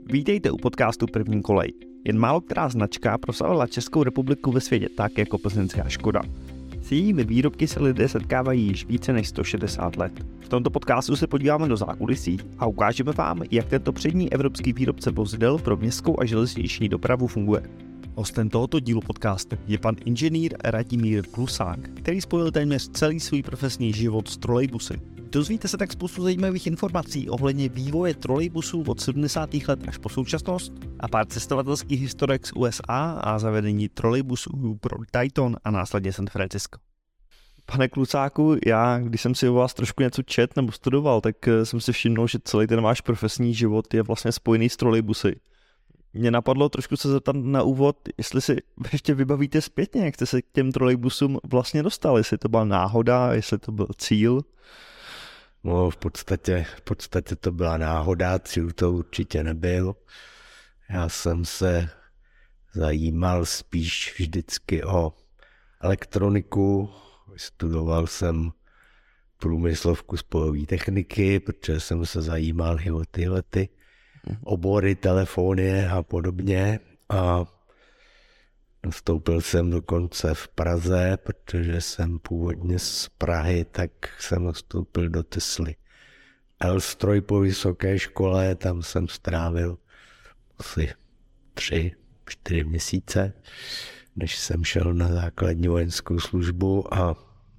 Vítejte u podcastu První kolej. Jen málo která značka proslavila Českou republiku ve světě tak jako plzeňská Škoda. S jejími výrobky se lidé setkávají již více než 160 let. V tomto podcastu se podíváme do zákulisí a ukážeme vám, jak tento přední evropský výrobce vozidel pro městskou a železniční dopravu funguje. Hostem tohoto dílu podcastu je pan inženýr Ratimír Klusák, který spojil téměř celý svůj profesní život s trolejbusy. Dozvíte se tak spoustu zajímavých informací ohledně vývoje trolejbusů od 70. let až po současnost a pár cestovatelských historek z USA a zavedení trolejbusů pro Dayton a následně San Francisco. Pane Klusáku, já, když jsem si o vás trošku něco čet nebo studoval, tak jsem si všiml, že celý ten váš profesní život je vlastně spojený s trolejbusy. Mě napadlo trošku se zeptat na úvod, jestli si ještě vybavíte zpětně, jak jste se k těm trolejbusům vlastně dostali, jestli to byla náhoda, jestli to byl cíl. No, v podstatě to byla náhoda, cíl to určitě nebyl. Já jsem se zajímal spíš vždycky o elektroniku, studoval jsem průmyslovku spojové techniky, protože jsem se zajímal i o tyhle obory, telefonie a podobně. A nastoupil jsem dokonce v Praze, protože jsem původně z Prahy, tak jsem nastoupil do Tesly L-stroj po vysoké škole, tam jsem strávil asi 3-4 měsíce, než jsem šel na základní vojenskou službu a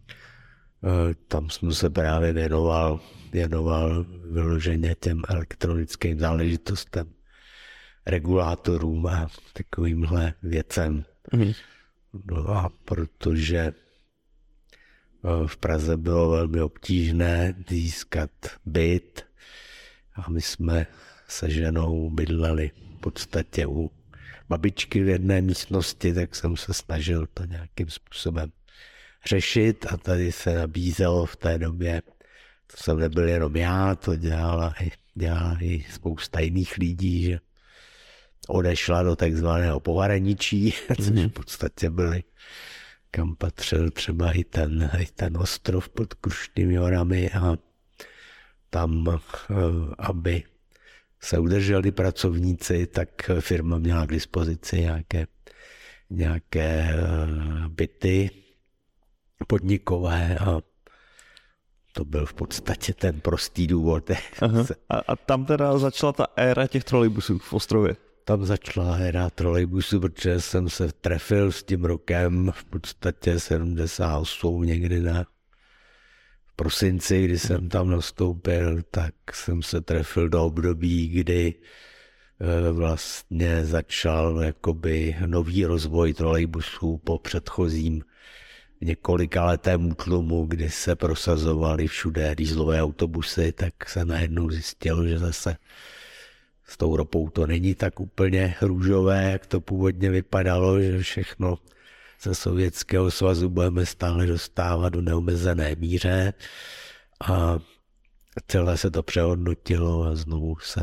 tam jsem se právě věnoval vyloženě těm elektronickým záležitostem, regulátorům a takovýmhle věcem. No a protože v Praze bylo velmi obtížné získat byt a my jsme se ženou bydleli v podstatě u babičky v jedné místnosti, tak jsem se snažil to nějakým způsobem řešit a tady se nabízelo v té době, to jsem nebyl jenom já, to dělala i spousta jiných lidí, že odešla do takzvaného pohraničí, což v podstatě byly, kam patřil třeba i ten ostrov pod Krušnými horami a tam, aby se udrželi pracovníci, tak firma měla k dispozici nějaké byty podnikové a to byl v podstatě ten prostý důvod. A tam teda začala ta éra těch trolejbusů v Ostrově? Tam začala éra trolejbusů, protože jsem se trefil s tím rokem v podstatě 78 někdy v prosinci, kdy jsem tam nastoupil, tak jsem se trefil do období, kdy vlastně začal jakoby nový rozvoj trolejbusů po předchozím několikaletém útlumu, kdy se prosazovaly všude dieselové autobusy, tak se najednou zjistilo, že zase s tou ropou to není tak úplně růžové, jak to původně vypadalo, že všechno ze Sovětského svazu budeme stále dostávat do neomezené míře a celé se to přehodnotilo a znovu se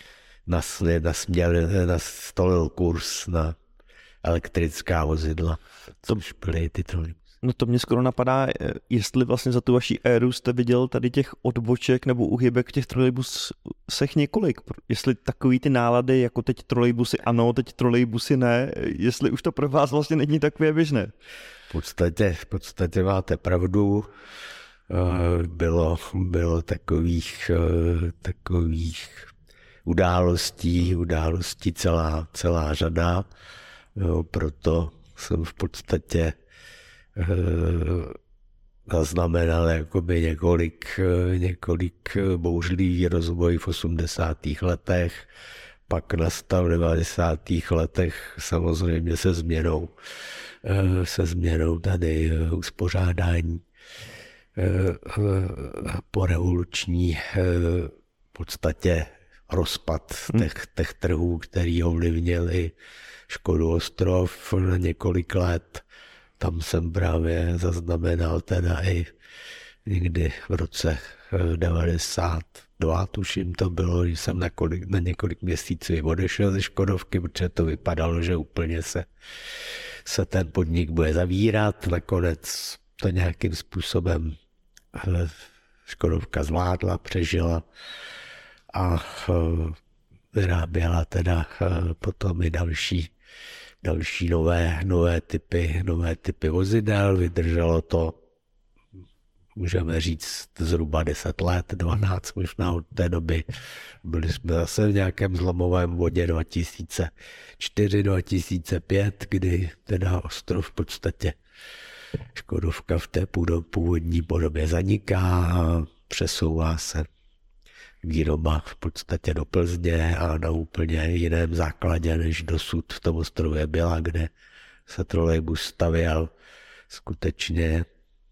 nastolil kurz na elektrická vozidla, což byly ty trolejbusy. No to mě skoro napadá, jestli vlastně za tu vaši éru jste viděl tady těch odboček nebo uhybek v těch trolejbusech několik. Jestli takový ty nálady, jako teď trolejbusy ano, teď trolejbusy ne, jestli už to pro vás vlastně není takové běžné. V podstatě máte pravdu. Bylo takových událostí celá řada. Proto jsem v podstatě zaznamenal jakoby několik bouřlivý rozvoj v 80. letech, pak nastal v 90. letech samozřejmě se změnou tady uspořádání porevoluční v podstatě rozpad těch trhů, který ovlivnili Škodu Ostrov na několik let. Tam jsem právě zaznamenal teda i někdy v roce 92, tuším to bylo, že jsem na několik měsíců odešel ze Škodovky, protože to vypadalo, že úplně se ten podnik bude zavírat. Nakonec to nějakým způsobem Škodovka zvládla, přežila a vyráběla teda potom i další nové typy vozidel. Vydrželo to, můžeme říct, zhruba 10 let, 12 možná od té doby. Byli jsme zase v nějakém zlomovém bodě 2004-2005, kdy teda Ostrov v podstatě Škodovka v té původní podobě zaniká a přesouvá se výroba v podstatě do Plzně a na úplně jiném základě, než dosud v tom Ostrově byla, kde se trolejbus stavěl skutečně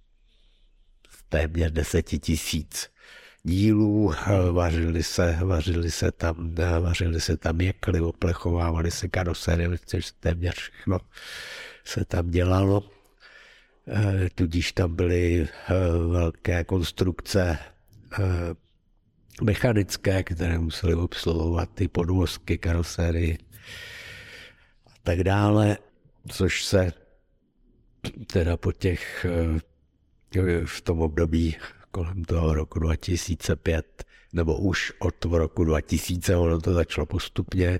téměř 10 000 dílů, vařili se tam jekly, oplechovávaly se karoserie, což téměř všechno se tam dělalo. Tudíž tam byly velké konstrukce mechanické, které musely obsluhovat ty podvozky, karoserii a tak dále, což se teda v tom období kolem toho roku 2005, nebo už od roku 2000, ono to začalo postupně,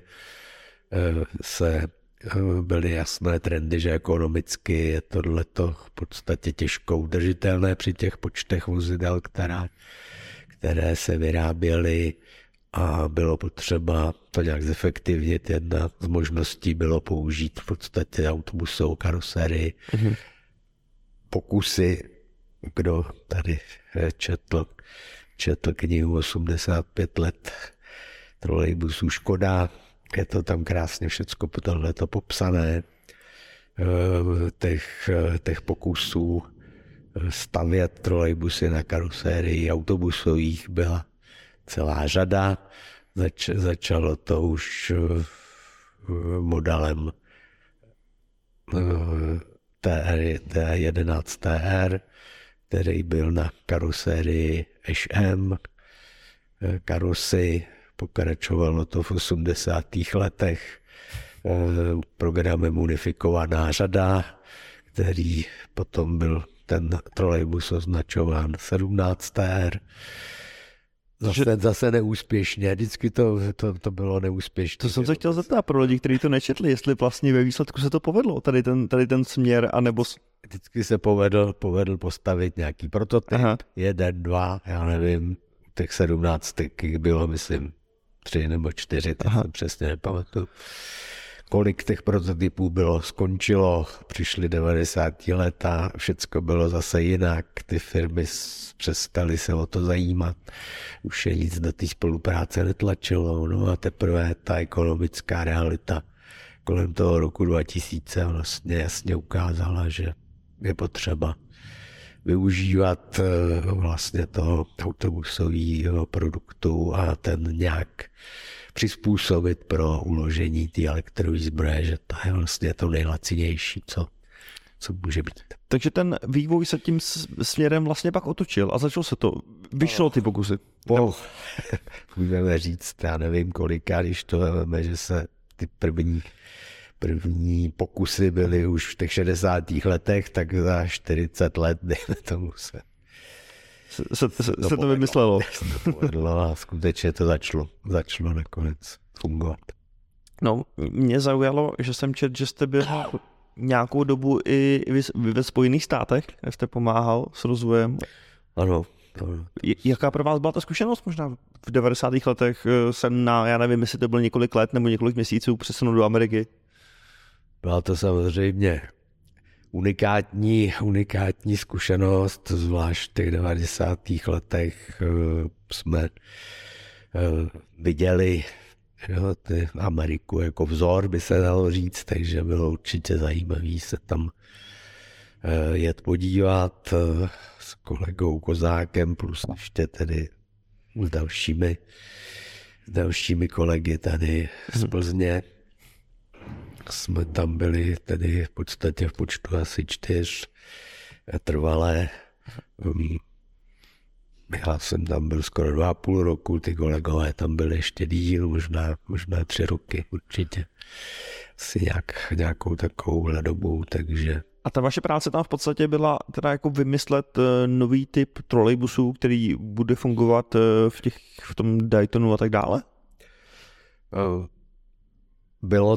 byly jasné trendy, že ekonomicky je tohleto v podstatě těžko udržitelné při těch počtech vozidel, které se vyráběly a bylo potřeba to nějak zefektivnit. Jedna z možností bylo použít v podstatě autobusovou karoserii. Pokusy, kdo tady četl knihu 85 let trolejbusů Škoda, je to tam krásně všecko tohleto popsané. Těch pokusů stavět trolejbusy na karosérii autobusových byla celá řada. Začalo to už modelem T11 TR, který byl na karosérii HM karosy. Pokračovalo to v 80. letech programem Unifikovaná řada, který potom byl ten trolejbus označován 17 TR. Zase neúspěšně, vždycky to bylo neúspěšné. To jsem se chtěl zeptat pro lidi, kteří to nečetli, jestli vlastně ve výsledku se to povedlo, tady ten směr, anebo... Vždycky se povedl postavit nějaký prototyp, 1, 2, já nevím, těch 17 bylo, myslím, 3 nebo 4, tak jsem přesně nepamatuju. Kolik těch prototypů skončilo, přišly 90. leta, všecko bylo zase jinak, ty firmy přestaly se o to zajímat, už je nic do té spolupráce netlačilo, no a teprve ta ekonomická realita kolem toho roku 2000 vlastně jasně ukázala, že je potřeba využívat vlastně toho autobusového produktu a ten nějak přizpůsobit pro uložení té elektrovýzbroje, že to je vlastně to nejlacinější, co může být. Takže ten vývoj se tím směrem vlastně pak otočil a začalo se to, vyšlo ty pokusy. Můžeme říct, já nevím kolika, když to veme, že se ty první pokusy byly už v těch 60. letech, tak za 40 let, dejme tomu se to vymyslelo. A skutečně to začalo nakonec fungovat. No, mě zaujalo, že jsem četl, že jste byl nějakou dobu i ve Spojených státech, kde jste pomáhal s rozvojem. Ano. Jaká pro vás byla ta zkušenost? Možná v 90. letech se já nevím, jestli to bylo několik let nebo několik měsíců přesunul do Ameriky. Byla to samozřejmě unikátní zkušenost, zvlášť v těch 90. letech jsme viděli Ameriku jako vzor, by se dalo říct, takže bylo určitě zajímavé se tam jet podívat s kolegou Kozákem, plus ještě tedy s dalšími kolegy tady z Plzně. Jsme tam byli tedy v podstatě v počtu asi 4 trvalé. Já jsem tam byl skoro 2,5 roku, ty kolegové tam byli ještě díl, možná 3 roky určitě. Asi nějakou takovou dobu, takže... A ta vaše práce tam v podstatě byla teda jako vymyslet nový typ trolejbusů, který bude fungovat v tom Daytonu a tak dále? Bylo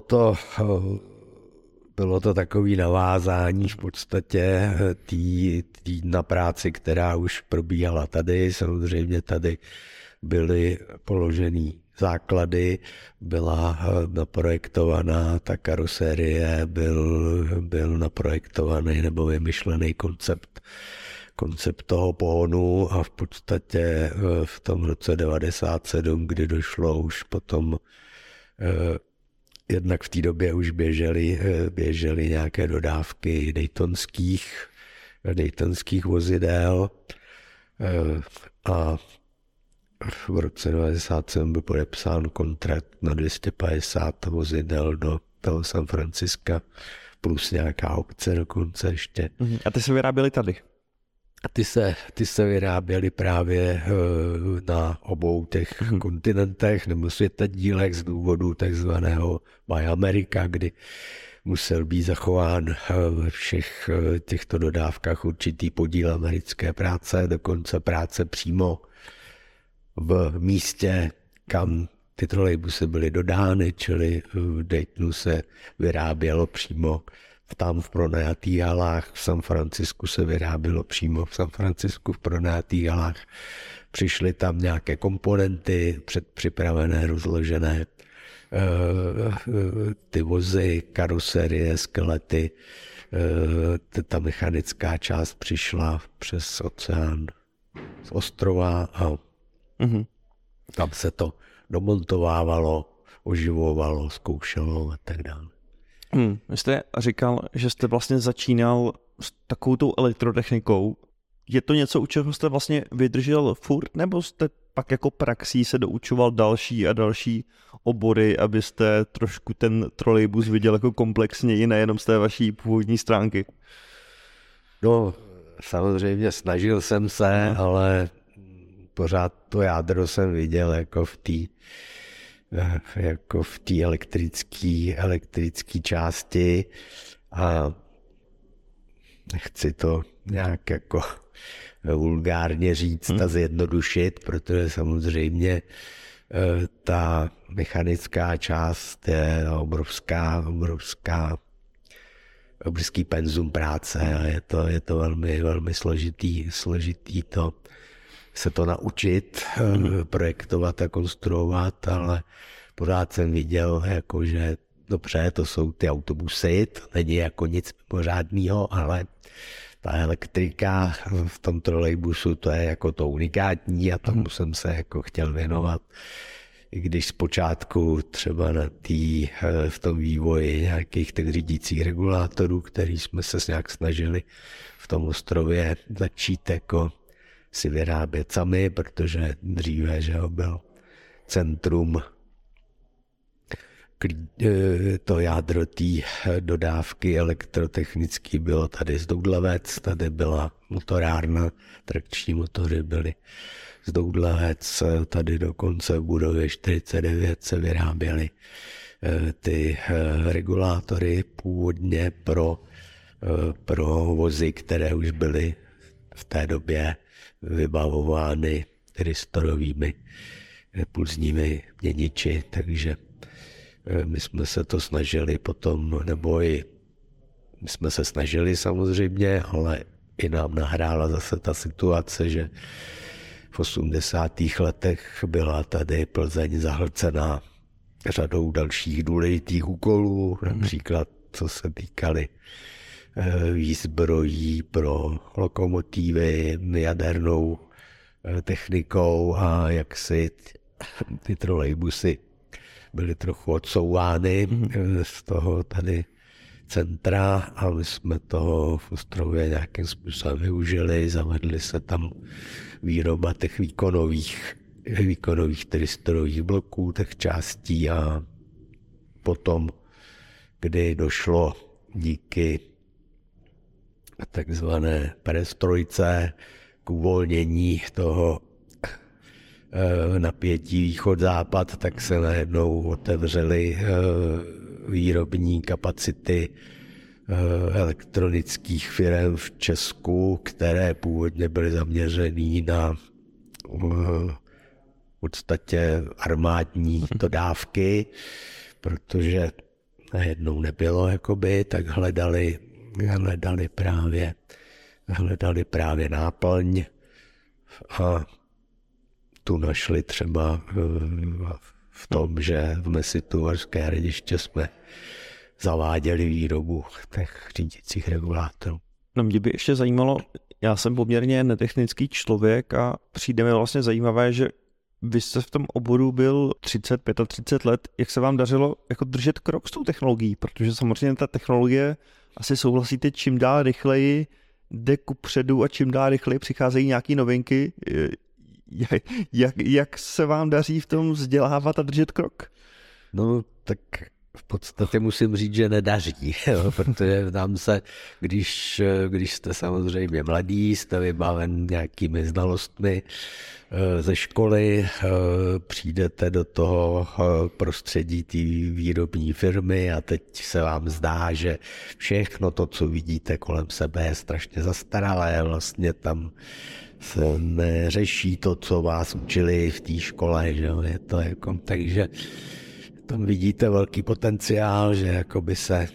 to takové navázání v podstatě na práci, která už probíhala tady. Samozřejmě tady byly položený základy, byla naprojektovaná ta karosérie, byl naprojektovaný nebo vymyšlený koncept toho pohonu a v podstatě v tom roce 97, kdy došlo už potom, jednak v té době už běžely nějaké dodávky daytonských vozidel a v roce 97 byl podepsán kontrakt na 250 vozidel do toho San Franciska plus nějaká opce dokonce ještě. A ty se vyráběly tady? Ty se vyráběly právě na obou těch kontinentech nebo světadílech z důvodu takzvaného Buy America, kdy musel být zachován ve všech těchto dodávkách určitý podíl americké práce, dokonce práce přímo v místě, kam ty trolejbusy byly dodány, čili v Daytonu se vyrábělo přímo tam v pronajatých halách, v San Francisku se vyrábělo přímo v San Francisku v pronajatých halách. Přišly tam nějaké komponenty předpřipravené, rozložené, ty vozy, karoserie, skelety, ta mechanická část přišla přes oceán z ostrova a tam se to domontovávalo, oživovalo, zkoušelo a tak dále. Vy jste říkal, že jste vlastně začínal s takovou tou elektrotechnikou. Je to něco, u čeho jste vlastně vydržel furt, nebo jste pak jako praxí se doučoval další a další obory, abyste trošku ten trolejbus viděl jako komplexněji, nejenom z té vaší původní stránky? No, samozřejmě snažil jsem se, ale pořád to jádro jsem viděl jako v té elektrické části a nechci to nějak jako vulgárně říct a zjednodušit, protože samozřejmě ta mechanická část je obrovský penzum práce a je to velmi, velmi složitý se to naučit, projektovat a konstruovat, ale pořád jsem viděl, jako, že dobře, to jsou ty autobusy, to není jako nic pořádného, ale ta elektrika v tom trolejbusu, to je jako to unikátní a tomu jsem se jako chtěl věnovat. I když zpočátku třeba v tom vývoji nějakých těch řídících regulátorů, který jsme se nějak snažili v tom ostrově začít jako si vyrábět sami, protože dříve, že byl centrum, to jádro té dodávky elektrotechnické bylo tady z Doudlavec, tady byla motorárna, trakční motory byly z Doudlavec, tady dokonce v budově 49 se vyráběly ty regulátory původně pro vozy, které už byly v té době vybavovány ristorovými pulzními měniči, takže my jsme se to snažili potom, nebo i my jsme se snažili samozřejmě, ale i nám nahrála zase ta situace, že v 80. letech byla tady Plzeň zahlcená řadou dalších důležitých úkolů, například co se týkaly výzbrojí pro lokomotivy, jadernou technikou a jak si ty trolejbusy byly trochu odsouvány z toho tady centra a my jsme toho v Ostrově nějakým způsobem využili, zavedli se tam výroba těch výkonových tristorových bloků, těch částí a potom, kdy došlo díky takzvané perestrojce k uvolnění toho napětí východ-západ, tak se najednou otevřely výrobní kapacity elektronických firm v Česku, které původně byly zaměřený na podstatě armádní dodávky, protože najednou nebylo, jakoby, tak hledali právě náplň a tu našli třeba v tom, že v Mesitu Uherské Hradiště jsme zaváděli výrobu těch řídících regulátorů. No mě by ještě zajímalo, já jsem poměrně netechnický člověk a přijde mi vlastně zajímavé, že vy jste v tom oboru byl 35 let, jak se vám dařilo jako držet krok s tou technologií, protože samozřejmě ta technologie, asi souhlasíte, čím dál rychleji jde kupředu a čím dál rychleji přicházejí nějaké novinky. Jak se vám daří v tom vzdělávat a držet krok? No tak v podstatě musím říct, že nedaří, jo, protože tam se, když jste samozřejmě mladý, jste vybaven nějakými znalostmi ze školy, přijdete do toho prostředí té výrobní firmy a teď se vám zdá, že všechno to, co vidíte kolem sebe, je strašně zastaralé, vlastně tam se neřeší to, co vás učili v té škole, že jo, je to jako, takže tam vidíte velký potenciál, že jakoby se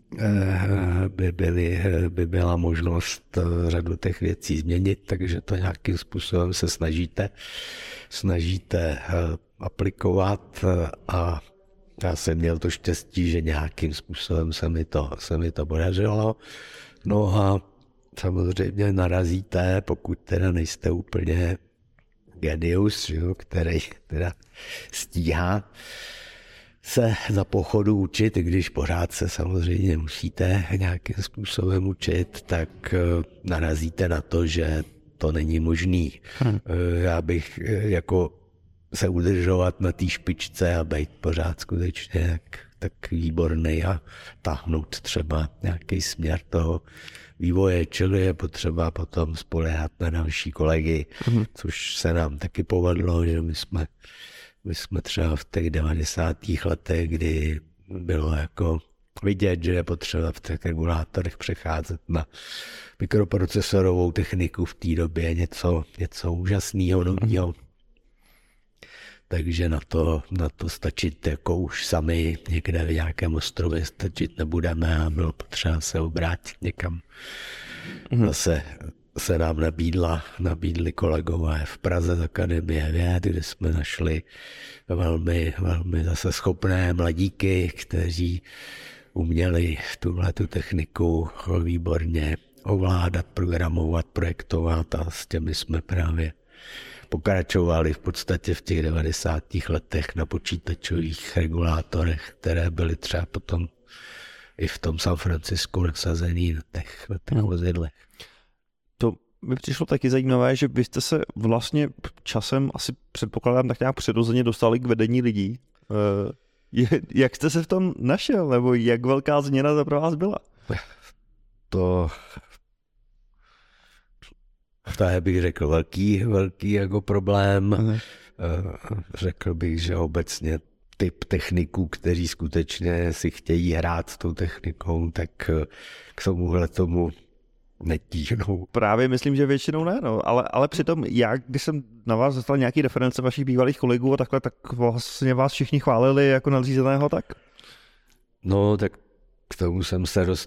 by byla možnost řadu těch věcí změnit, takže to nějakým způsobem se snažíte aplikovat a já jsem měl to štěstí, že nějakým způsobem se mi to podařilo. No a samozřejmě narazíte, pokud teda nejste úplně genius, jo, který teda stíhá se za pochodu učit, i když pořád se samozřejmě musíte nějakým způsobem učit, tak narazíte na to, že to není možný. Já bych jako se udržovat na té špičce a být pořád skutečně tak výborný a táhnout třeba nějaký směr toho vývoje, čili je potřeba potom spoléhat na další kolegy, což se nám taky povedlo, že my jsme třeba v těch 90. letech, kdy bylo jako vidět, že je potřeba v těch regulátorech přecházet na mikroprocesorovou techniku v té době, něco úžasného, nového. Takže na to stačit jako už sami někde v nějakém ostrově stačit nebudeme a bylo potřeba se obrátit někam. Zase se nám nabídli kolegové v Praze z Akademie věd, kde jsme našli velmi, velmi zase schopné mladíky, kteří uměli tuhletu techniku výborně ovládat, programovat, projektovat a s těmi jsme právě pokračovali v podstatě v těch 90. letech na počítačových regulátorech, které byly třeba potom i v tom San Francisku nasazený na těch vozidlech. To mi přišlo taky zajímavé, že vy jste se vlastně časem asi předpokládám tak nějak přirozeně dostali k vedení lidí. Jak jste se v tom našel, nebo jak velká změna to pro vás byla? To je, bych řekl, velký jako problém. Řekl bych, že obecně typ techniků, kteří skutečně si chtějí hrát s tou technikou, tak k tomu netížnou. Právě myslím, že většinou ne, no. Ale přitom já, když jsem na vás dostal nějaký reference vašich bývalých kolegů a takhle, tak vlastně vás všichni chválili jako nadřízeného, tak? No, tak k tomu jsem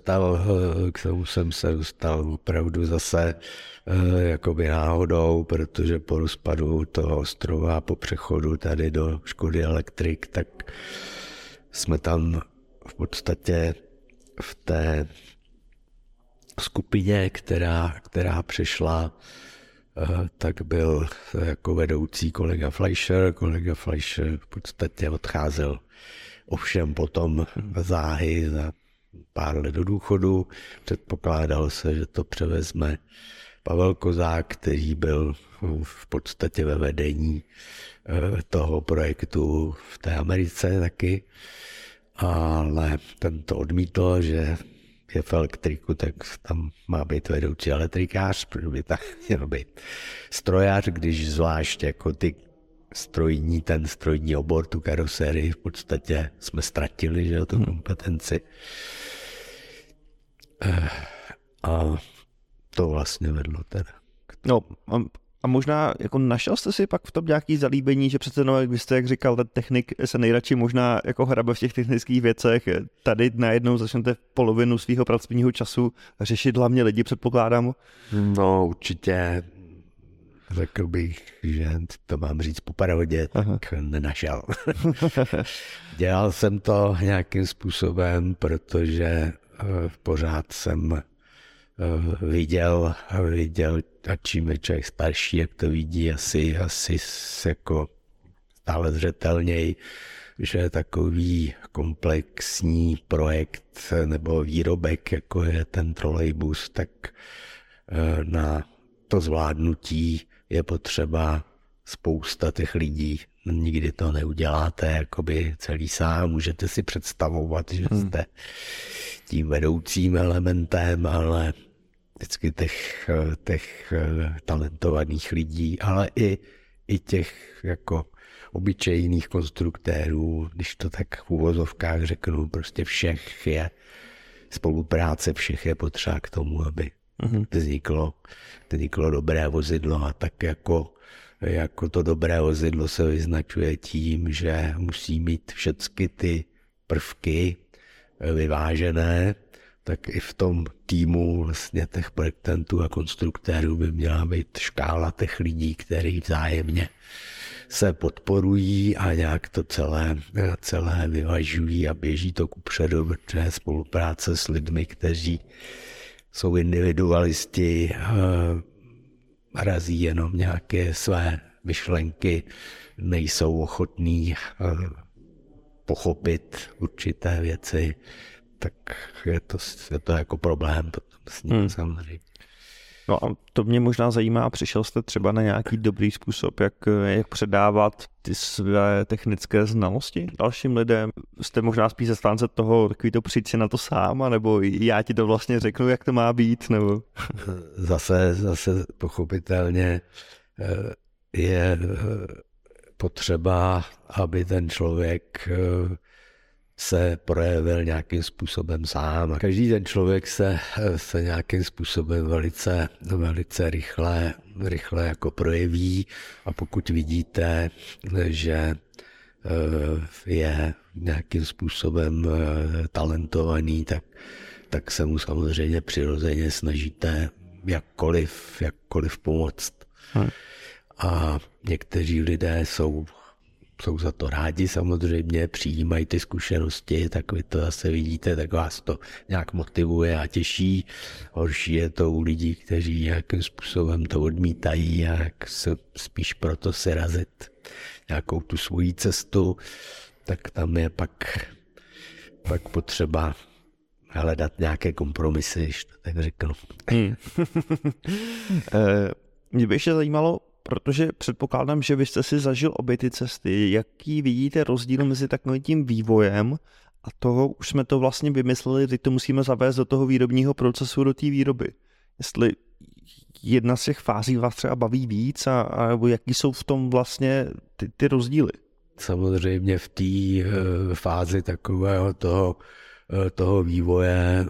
se dostal opravdu zase jakoby náhodou, protože po rozpadu toho ostrova, po přechodu tady do Škody Electric, tak jsme tam v podstatě v té skupině, která přišla, tak byl jako vedoucí kolega Fleischer. Kolega Fleischer v podstatě odcházel ovšem potom záhy za pár let do důchodu. Předpokládalo se, že to převezme Pavel Kozák, který byl v podstatě ve vedení toho projektu v té Americe taky, ale ten to odmítl, že je v elektriku, tak tam má být vedoucí elektrikář, protože by tak měl být strojař, když zvlášť jako ten strojní obor, tu karosérii v podstatě jsme ztratili, že tu kompetenci. A to vlastně vedlo teda. No, A možná jako našel jste si pak v tom nějaký zalíbení, že přece no, jak vy jste, jak říkal, ten technik se nejradši možná jako hrabe v těch technických věcech. Tady najednou začnete polovinu svého pracovního času řešit hlavně lidi, předpokládám. No určitě řekl bych, že to mám říct po parodě, tak nenašel. Dělal jsem to nějakým způsobem, protože pořád jsem viděl, a čím je člověk starší, jak to vidí asi jako stále zřetelněji, že takový komplexní projekt nebo výrobek, jako je ten trolejbus, tak na to zvládnutí je potřeba spousta těch lidí. Nikdy to neuděláte jakoby celý sám. Můžete si představovat, že jste tím vedoucím elementem, ale vždycky těch talentovaných lidí, ale i těch jako obyčejných konstruktérů, když to tak v uvozovkách řeknu, prostě všech je spolupráce, všech je potřeba k tomu, aby vzniklo dobré vozidlo. A tak jako to dobré vozidlo se vyznačuje tím, že musí mít všechny ty prvky vyvážené, tak i v tom týmu vlastně těch projektantů a konstruktérů by měla být škála těch lidí, kteří vzájemně se podporují a nějak to celé vyvažují a běží to kupředu, protože spolupráce s lidmi, kteří jsou individualisti, razí jenom nějaké své myšlenky, nejsou ochotní pochopit určité věci, tak je to jako problém potom s ním samozřejmě. No a to mě možná zajímá, přišel jste třeba na nějaký dobrý způsob, jak předávat ty své technické znalosti dalším lidem? Jste možná spíš zastánce toho, takový to přijít si na to sám, nebo já ti to vlastně řeknu, jak to má být, nebo? Zase pochopitelně je potřeba, aby ten člověk se projevil nějakým způsobem sám. Každý ten člověk se nějakým způsobem velice rychle jako projeví a pokud vidíte, že je nějakým způsobem talentovaný, tak se mu samozřejmě přirozeně snažíte jakkoliv pomoct. A někteří lidé jsou za to rádi samozřejmě, přijímají ty zkušenosti, tak vy to zase vidíte, tak vás to nějak motivuje a těší. Horší je to u lidí, kteří nějakým způsobem to odmítají a jak se spíš proto si razit nějakou tu svoji cestu, tak tam je pak potřeba hledat nějaké kompromisy, když to tak řeknu. Mě by ještě zajímalo, protože předpokládám, že vy jste si zažil obě ty cesty. Jaký vidíte rozdíl mezi takovým tím vývojem a toho, už jsme to vlastně vymysleli, teď to musíme zavést do toho výrobního procesu, do té výroby. Jestli jedna z těch fází vás třeba baví víc, a jaký jsou v tom vlastně ty rozdíly? Samozřejmě v té fázi takového toho vývoje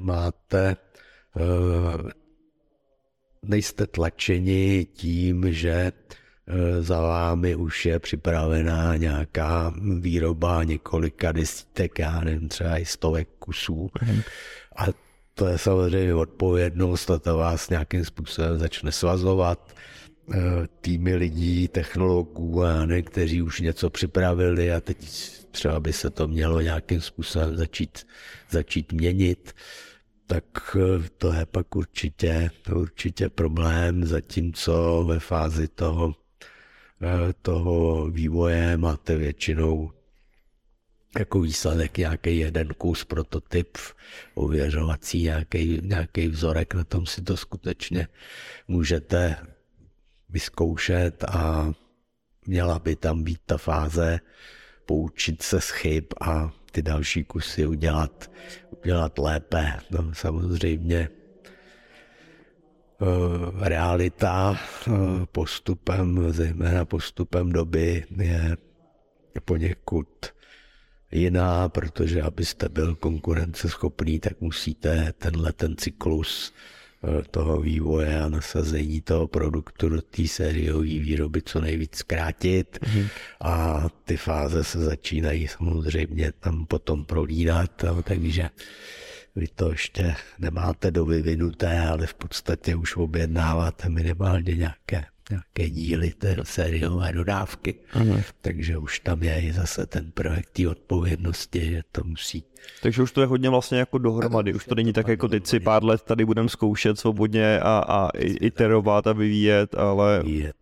nejste tlačeni tím, že za vámi už je připravená nějaká výroba několika desítek, já nevím, třeba i stovek kusů. A to je samozřejmě odpovědnost a to vás nějakým způsobem začne svazovat. Týmy lidí, technologů, kteří už něco připravili a teď třeba by se to mělo nějakým způsobem začít měnit. Tak to je pak určitě problém, zatímco ve fázi toho vývoje máte většinou jako výsledek nějaký jeden kus, prototyp, ověřovací nějaký vzorek, na tom si to skutečně můžete vyzkoušet a měla by tam být ta fáze poučit se z chyb a ty další kusy udělat lépe. No, samozřejmě realita zejména postupem doby je poněkud jiná, protože abyste byl konkurenceschopný, tak musíte ten cyklus toho vývoje a nasazení toho produktu do té sériové výroby co nejvíc zkrátit a ty fáze se začínají samozřejmě tam potom prolínat, takže vy to ještě nemáte dovyvinuté, ale v podstatě už objednáváte minimálně nějaké díly té sériové dodávky, takže už tam je i zase ten projekt té odpovědnosti, že to musí. Takže už to je hodně vlastně jako dohromady, už to není tak jako teď si pár let tady budeme zkoušet svobodně a iterovat a vyvíjet, ale...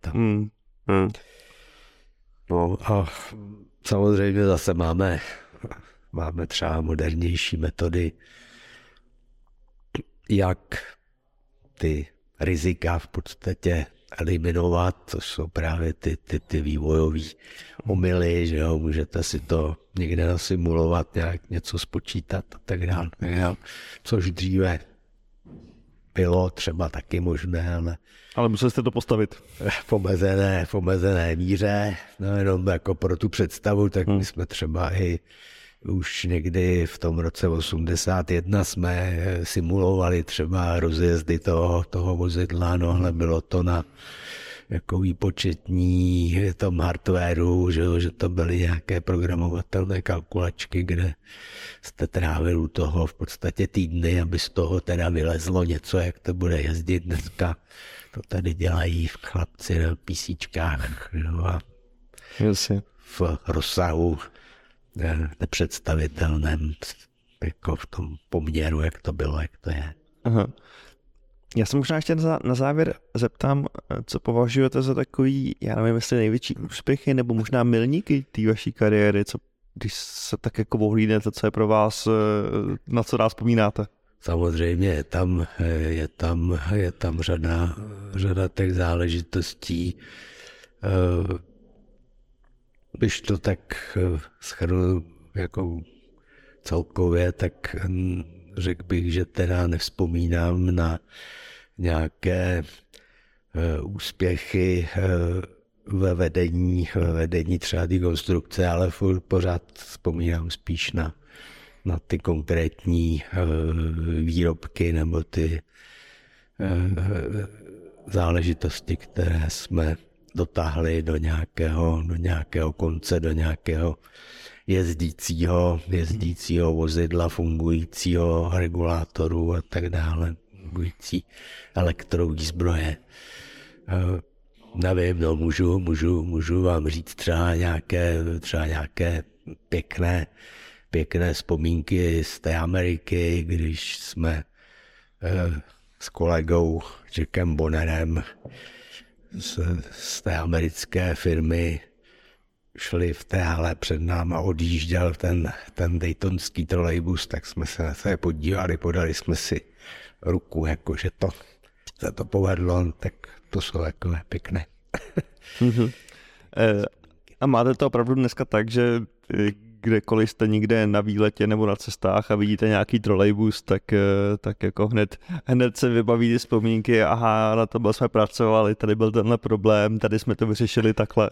No a samozřejmě zase máme třeba modernější metody, jak ty rizika v podstatě eliminovat, což jsou právě ty vývojové omyly, že jo, můžete si to někde nasimulovat, nějak něco spočítat a tak dále, což dříve bylo třeba taky možné, ale museli jste to postavit. V omezené míře, no jenom jako pro tu představu, tak my jsme třeba i už někdy v tom roce 81 jsme simulovali třeba rozjezdy toho vozidla, no ale bylo to na jako výpočetní tom hardwareu, že to byly nějaké programovatelné kalkulačky, kde jste trávil u toho v podstatě týdny, aby z toho teda vylezlo něco, jak to bude jezdit dneska. To tady dělají chlapci na PCčkách, a v rozsahu nepředstavitelném, jako v tom poměru, jak to bylo, jak to je. Aha. Já se možná ještě na závěr zeptám, co považujete za takový, já nevím, jestli největší úspěchy nebo možná milníky té vaší kariéry, co, když se tak jako ohlídnete, co je pro vás, na co rád vzpomínáte? Samozřejmě je tam řada těch záležitostí. Když to tak shrnu jako celkově, tak řekl bych, že teda nevzpomínám na nějaké úspěchy ve vedení třeba té konstrukce, ale pořád vzpomínám spíš na ty konkrétní výrobky nebo ty záležitosti, které jsme dotáhli do nějakého konce, do nějakého jezdícího vozidla, fungujícího regulátoru a tak dále, fungující elektrovýzbroje. Nevím, no, můžu vám říct třeba nějaké pěkné vzpomínky z té Ameriky, když jsme s kolegou Jackem Bonnerem z té americké firmy šli v té hale před náma, odjížděl ten daytonský trolejbus, tak jsme se na sebe podívali, podali jsme si ruku, jako že se to povedlo, tak to jsou takové pěkné. A máte to opravdu dneska tak, že kdekoliv jste někde na výletě nebo na cestách a vidíte nějaký trolejbus, tak jako hned se vybaví ty vzpomínky, aha, na to jsme pracovali, tady byl tenhle problém, tady jsme to vyřešili takhle.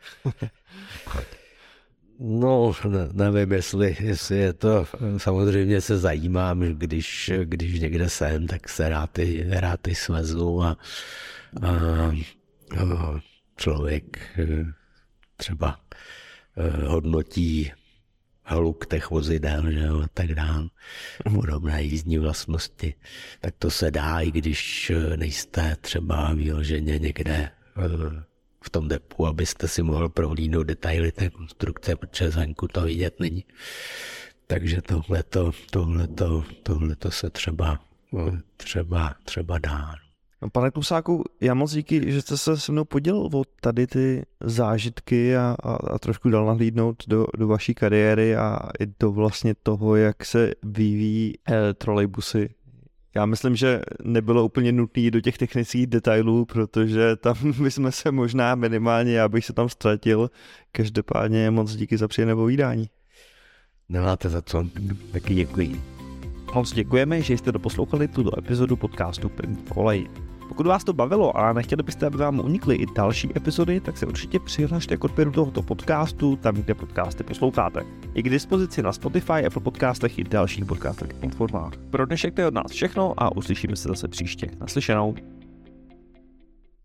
No, nevím, jestli je to, samozřejmě se zajímám, když někde jsem, tak se rád svezu a člověk třeba hodnotí hluk těch vozidel, že jo, a tak dále, podobné jízdní vlastnosti, tak to se dá, i když nejste třeba vyloženě někde v tom depu, abyste si mohl prohlídnout detaily té konstrukce, protože zvenku to vidět není. Takže tohleto se třeba dá. Pane Klusáku, já moc díky, že jste se mnou podělil o tady ty zážitky a trošku dal nahlídnout do vaší kariéry a i do vlastně toho, jak se vyvíjí trolejbusy. Já myslím, že nebylo úplně nutné do těch technických detailů, protože tam bychom se možná minimálně, já bych se tam ztratil. Každopádně moc díky za příjemné povídání. Nemáte za co, taky děkuji. Moc děkujeme, že jste doposlouchali tuto epizodu podcastu První kolej. Pokud vás to bavilo a nechtěli byste, aby vám unikly i další epizody, tak se určitě přihlašte k odběru tohoto podcastu tam, kde podcasty posloucháte. Je k dispozici na Spotify, Apple podcastech i dalších podcastových platformách. Pro dnešek to je od nás všechno a uslyšíme se zase příště. Naslyšenou.